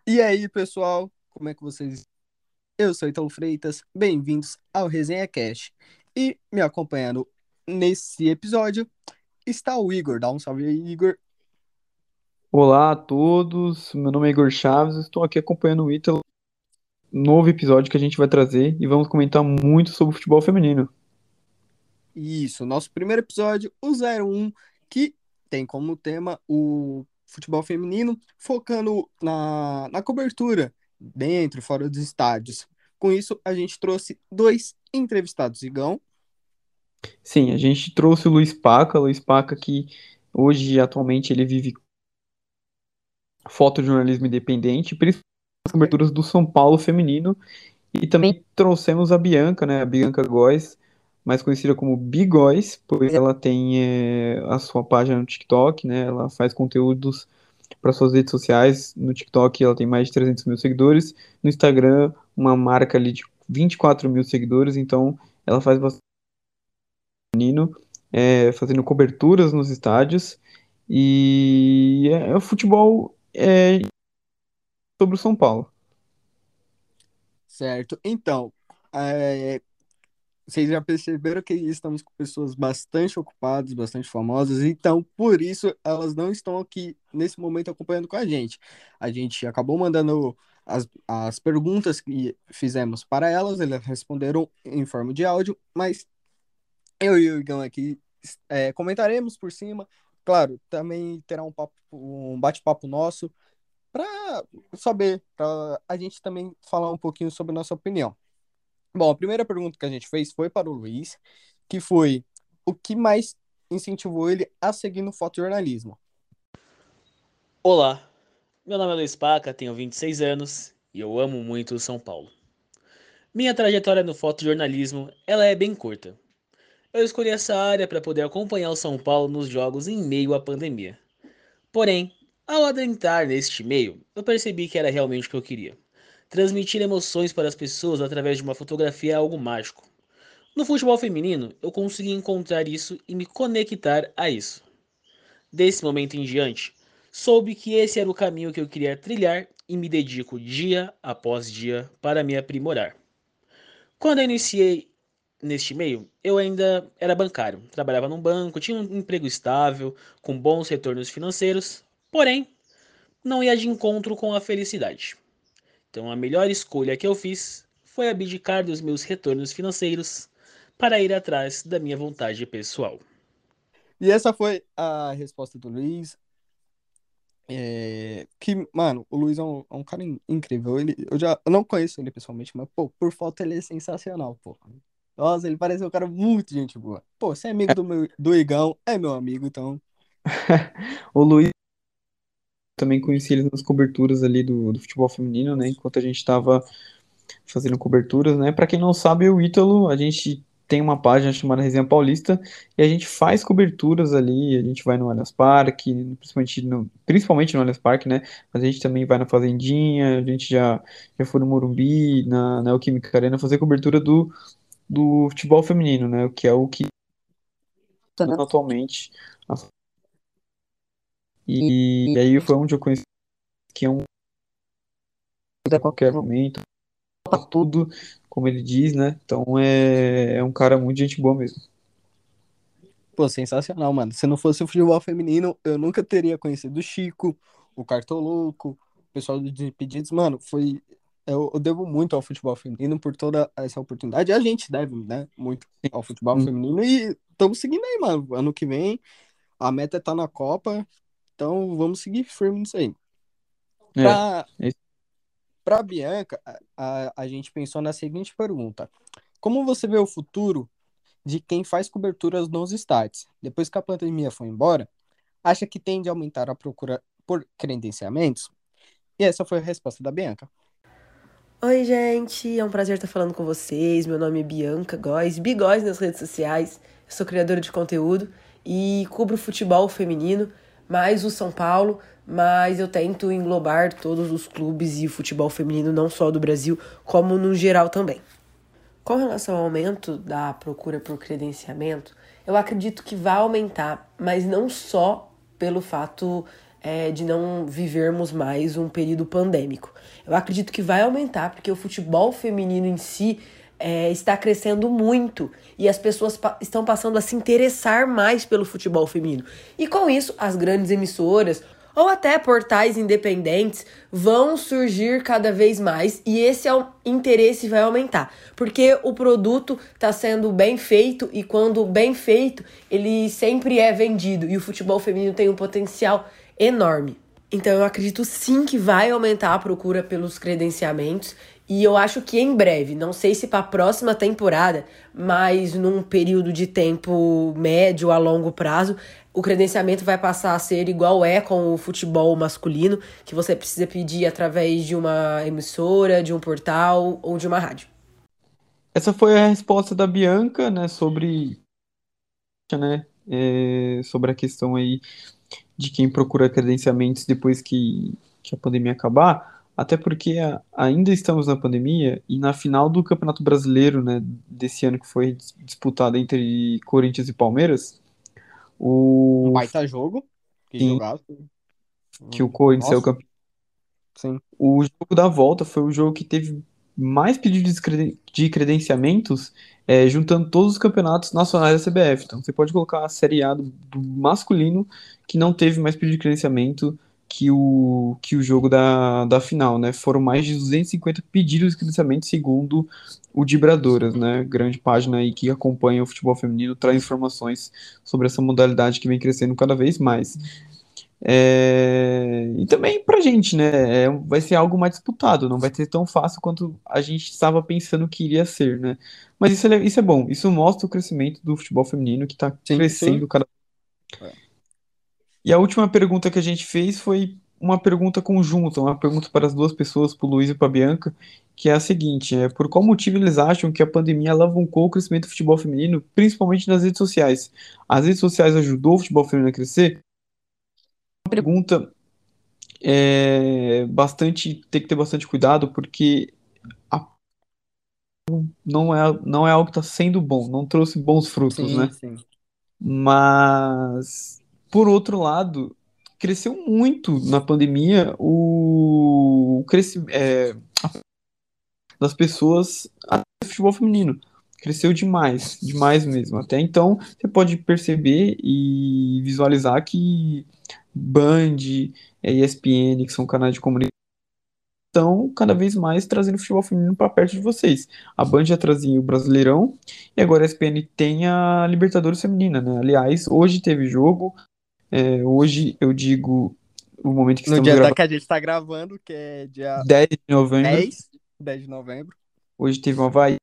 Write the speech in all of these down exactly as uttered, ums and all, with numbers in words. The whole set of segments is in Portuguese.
E aí, pessoal, como é que vocês estão? Eu sou Italo Freitas, bem-vindos ao Resenha Cast. E me acompanhando nesse episódio está o Igor. Dá um salve aí, Igor. Olá a todos, meu nome é Igor Chaves, estou aqui acompanhando o Ítalo, novo episódio que a gente vai trazer e vamos comentar muito sobre o futebol feminino. Isso, nosso primeiro episódio, o zero um, que tem como tema o futebol feminino, focando na, na cobertura dentro e fora dos estádios. Com isso, a gente trouxe dois entrevistados, Igão. Sim, a gente trouxe o Luiz Paca, Luiz Paca que hoje, atualmente, ele vive fotojornalismo independente, principalmente as coberturas do São Paulo feminino, e também trouxemos a Bianca, né, a Bianca Góes, mais conhecida como Bigóis, pois ela tem é, a sua página no TikTok, né, ela faz conteúdos para suas redes sociais. No TikTok ela tem mais de trezentos mil seguidores. No Instagram, uma marca ali de vinte e quatro mil seguidores. Então, ela faz bastante menino, é, fazendo coberturas nos estádios. E é, é o futebol é, sobre o São Paulo. Certo. Então, é, vocês já perceberam que estamos com pessoas bastante ocupadas, bastante famosas, então por isso elas não estão aqui nesse momento acompanhando com a gente. A gente acabou mandando as, as perguntas que fizemos para elas, elas responderam em forma de áudio, mas eu e o Igão aqui é, comentaremos por cima. Claro, também terá um papo, um bate-papo nosso para saber, para a gente também falar um pouquinho sobre nossa opinião. Bom, a primeira pergunta que a gente fez foi para o Luiz, que foi o que mais incentivou ele a seguir no fotojornalismo. Olá, meu nome é Luiz Paca, tenho vinte e seis anos e eu amo muito o São Paulo. Minha trajetória no fotojornalismo, ela é bem curta. Eu escolhi essa área para poder acompanhar o São Paulo nos jogos em meio à pandemia. Porém, ao adentrar neste meio, eu percebi que era realmente o que eu queria. Transmitir emoções para as pessoas através de uma fotografia é algo mágico. No futebol feminino, eu consegui encontrar isso e me conectar a isso. Desse momento em diante, soube que esse era o caminho que eu queria trilhar e me dedico dia após dia para me aprimorar. Quando eu iniciei neste meio, eu ainda era bancário, trabalhava num banco, tinha um emprego estável, com bons retornos financeiros, porém, não ia de encontro com a felicidade. Então, a melhor escolha que eu fiz foi abdicar dos meus retornos financeiros para ir atrás da minha vontade pessoal. E essa foi a resposta do Luiz. É, que, mano, o Luiz é um, é um cara in- incrível. Ele, eu já eu não conheço ele pessoalmente, mas, pô, por foto ele é sensacional, pô. Nossa, ele parece um cara muito gente boa. Pô, você é amigo do, meu, do Igão, é meu amigo, então. O Luiz também conheci ele nas coberturas ali do, do futebol feminino, né? Enquanto a gente estava fazendo coberturas, né? Para quem não sabe, o Ítalo, a gente tem uma página chamada Resenha Paulista e a gente faz coberturas ali, a gente vai no Allianz Parque, principalmente no, principalmente no Allianz Parque, né? Mas a gente também vai na Fazendinha, a gente já, já foi no Morumbi, na, na Neoquímica Arena fazer cobertura do, do futebol feminino, né? Que é o que tá dando atualmente. E, e aí foi onde eu conheci que é um a qualquer momento, pra tudo, como ele diz, né? Então é, é um cara muito gente boa mesmo. Pô, sensacional, mano. Se não fosse o futebol feminino, eu nunca teria conhecido o Chico, o Cartoloco, o pessoal do Desimpedidos. Mano, foi. Eu, eu devo muito ao futebol feminino por toda essa oportunidade. A gente deve, né? Muito ao futebol Hum, feminino. E estamos seguindo aí, mano. Ano que vem, a meta é estar na Copa. Então vamos seguir firme nisso aí. É, Pra, é pra Bianca, a, a, a gente pensou na seguinte pergunta: como você vê o futuro de quem faz coberturas nos estádios? Depois que a pandemia foi embora, acha que tende a aumentar a procura por credenciamentos? E essa foi a resposta da Bianca. Oi, gente, é um prazer estar falando com vocês. Meu nome é Bianca Góes, Bigóis nas redes sociais. Eu sou criadora de conteúdo e cubro futebol feminino, mais o São Paulo, mas eu tento englobar todos os clubes e o futebol feminino, não só do Brasil, como no geral também. Com relação ao aumento da procura por credenciamento, eu acredito que vai aumentar, mas não só pelo fato é, de não vivermos mais um período pandêmico. Eu acredito que vai aumentar, porque o futebol feminino em si é, está crescendo muito e as pessoas pa- estão passando a se interessar mais pelo futebol feminino. E com isso, as grandes emissoras ou até portais independentes vão surgir cada vez mais e esse au- interesse vai aumentar, porque o produto está sendo bem feito e quando bem feito, ele sempre é vendido e o futebol feminino tem um potencial enorme. Então eu acredito sim que vai aumentar a procura pelos credenciamentos e eu acho que em breve, não sei se para a próxima temporada, mas num período de tempo médio a longo prazo, o credenciamento vai passar a ser igual é com o futebol masculino, que você precisa pedir através de uma emissora, de um portal ou de uma rádio. Essa foi a resposta da Bianca, né, sobre, né, é, sobre a questão aí de quem procura credenciamentos depois que, que a pandemia acabar, até porque a- ainda estamos na pandemia e na final do Campeonato Brasileiro, né, desse ano que foi dis- disputado entre Corinthians e Palmeiras, Um o baita jogo. Que sim, jogaço. que o Hum, Corinthians saiu Nossa, campeão. sim. O jogo da volta foi o jogo que teve mais pedidos de creden- de credenciamentos, é, juntando todos os campeonatos nacionais da C B F. Então você pode colocar a Série A do, do masculino que não teve mais pedido de credenciamento que o, que o jogo da, da final, né? Foram mais de duzentos e cinquenta pedidos de credenciamento, segundo o Dibradoras, né? Grande página aí que acompanha o futebol feminino, traz informações sobre essa modalidade que vem crescendo cada vez mais. É, e também pra gente, né? É, vai ser algo mais disputado, não vai ser tão fácil quanto a gente estava pensando que iria ser, né? Mas isso é, isso é bom, isso mostra o crescimento do futebol feminino que está Sim, sim. crescendo cada. É. E a última pergunta que a gente fez foi uma pergunta conjunta, uma pergunta para as duas pessoas, para o Luiz e para a Bianca, que é a seguinte: é, por qual motivo eles acham que a pandemia alavancou o crescimento do futebol feminino, principalmente nas redes sociais? As redes sociais ajudou o futebol feminino a crescer? Uma pergunta é bastante, tem que ter bastante cuidado, porque a- não é, não é algo que está sendo bom, não trouxe bons frutos, Sim, né? sim. Mas, por outro lado, cresceu muito na pandemia o, o crescimento das pessoas a futebol feminino. Cresceu demais, demais mesmo. Até então, você pode perceber e visualizar que Band, eh, E S P N, que são canais de comunicação, estão cada vez mais trazendo o futebol feminino para perto de vocês. A Band já trazia o Brasileirão e agora a E S P N tem a Libertadores Feminina, né? Aliás, hoje teve jogo. É, hoje eu digo o momento que No estamos dia da gravando, que a gente tá gravando, que é dia dez de novembro. dez dez de novembro. Hoje teve uma Havaí.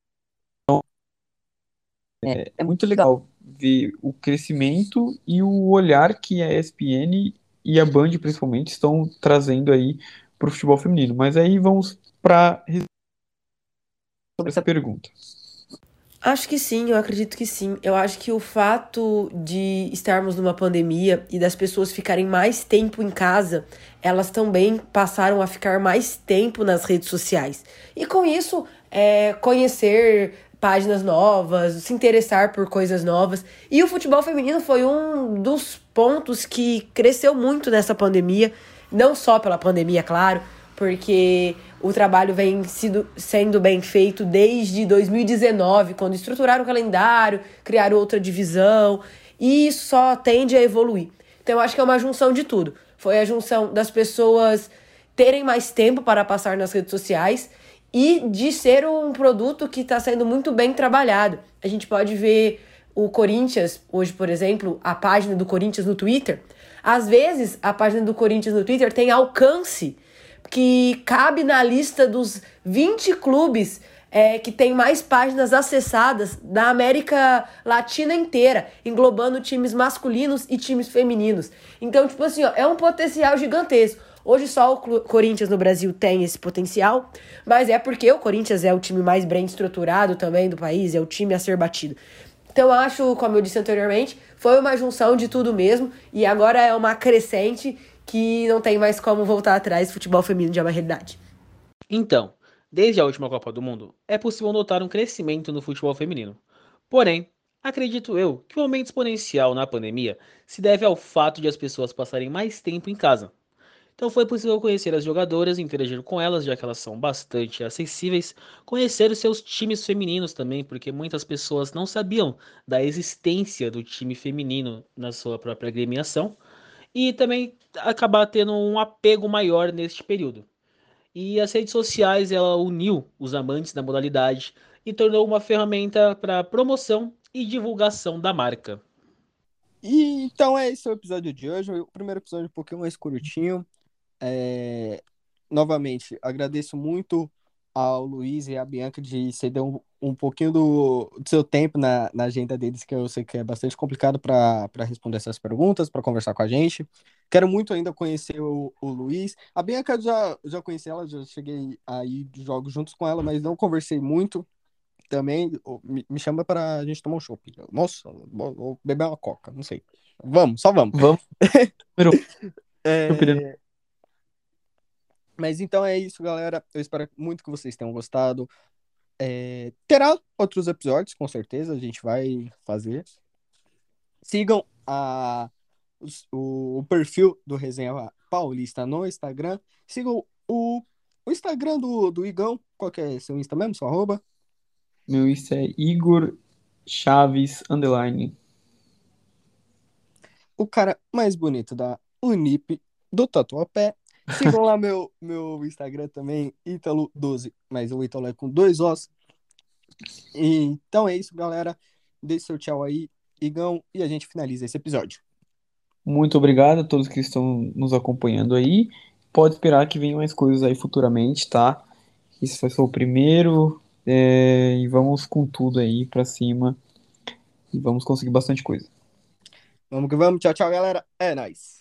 É muito legal ver o crescimento e o olhar que a E S P N e a Band, principalmente, estão trazendo aí para o futebol feminino. Mas aí vamos para sobre essa pergunta. Acho que sim, eu acredito que sim. Eu acho que o fato de estarmos numa pandemia e das pessoas ficarem mais tempo em casa, elas também passaram a ficar mais tempo nas redes sociais. E com isso, é, conhecer páginas novas, se interessar por coisas novas. E o futebol feminino foi um dos pontos que cresceu muito nessa pandemia, não só pela pandemia, claro, porque o trabalho vem sido, sendo bem feito desde dois mil e dezenove, quando estruturaram o calendário, criaram outra divisão, e isso só tende a evoluir. Então eu acho que é uma junção de tudo. Foi a junção das pessoas terem mais tempo para passar nas redes sociais e de ser um produto que está sendo muito bem trabalhado. A gente pode ver o Corinthians, hoje, por exemplo, a página do Corinthians no Twitter. Às vezes, a página do Corinthians no Twitter tem alcance que cabe na lista dos vinte clubes é, que tem mais páginas acessadas da América Latina inteira, englobando times masculinos e times femininos. Então, tipo assim, ó, é um potencial gigantesco. Hoje só o Corinthians no Brasil tem esse potencial, mas é porque o Corinthians é o time mais bem estruturado também do país, é o time a ser batido. Então eu acho, como eu disse anteriormente, foi uma junção de tudo mesmo, e agora é uma crescente que não tem mais como voltar atrás. Futebol feminino já é uma realidade. Então, desde a última Copa do Mundo, é possível notar um crescimento no futebol feminino. Porém, Acredito eu que o aumento exponencial na pandemia se deve ao fato de as pessoas passarem mais tempo em casa. Então foi possível conhecer as jogadoras, interagir com elas, já que elas são bastante acessíveis, conhecer os seus times femininos também, porque muitas pessoas não sabiam da existência do time feminino na sua própria agremiação, e também acabar tendo um apego maior neste período. E as redes sociais, ela uniu os amantes da modalidade e tornou uma ferramenta para promoção e divulgação da marca. E então é esse o episódio de hoje. O primeiro episódio um pouquinho mais curtinho. É, Novamente, agradeço muito ao Luiz e à Bianca de ceder um, um pouquinho do, do seu tempo na, na agenda deles, que eu sei que é bastante complicado para responder essas perguntas, para conversar com a gente. Quero muito ainda conhecer o, o Luiz. A Bianca eu já, já conheci ela, já cheguei aí de jogos juntos com ela, mas não conversei muito também. Me, me chama para a gente tomar um chopp. Nossa, vou, vou beber uma coca, não sei. Vamos, só vamos. Vamos. Número É, Mas então é isso, galera. Eu espero muito que vocês tenham gostado. É, Terá outros episódios, com certeza, a gente vai fazer. Sigam a, os- o, o perfil do Resenha Paulista no Instagram. Sigam o, o Instagram do, do Igão. Qual que é seu Insta mesmo? Seu arroba? Meu isso é Igor Chaves Underline. O cara mais bonito da Unip do Tatuapé. Sigam lá meu, meu Instagram também, Ítalo doze, mas o Ítalo é com dois Os. Então é isso, galera. Deixe seu tchau aí, Igão, e a gente finaliza esse episódio. Muito obrigado a todos que estão nos acompanhando aí. Pode esperar que venham mais coisas aí futuramente, tá? Esse foi só o primeiro. é, e vamos com tudo aí pra cima. E vamos conseguir bastante coisa. Vamos que vamos. Tchau, tchau, galera. É nóis.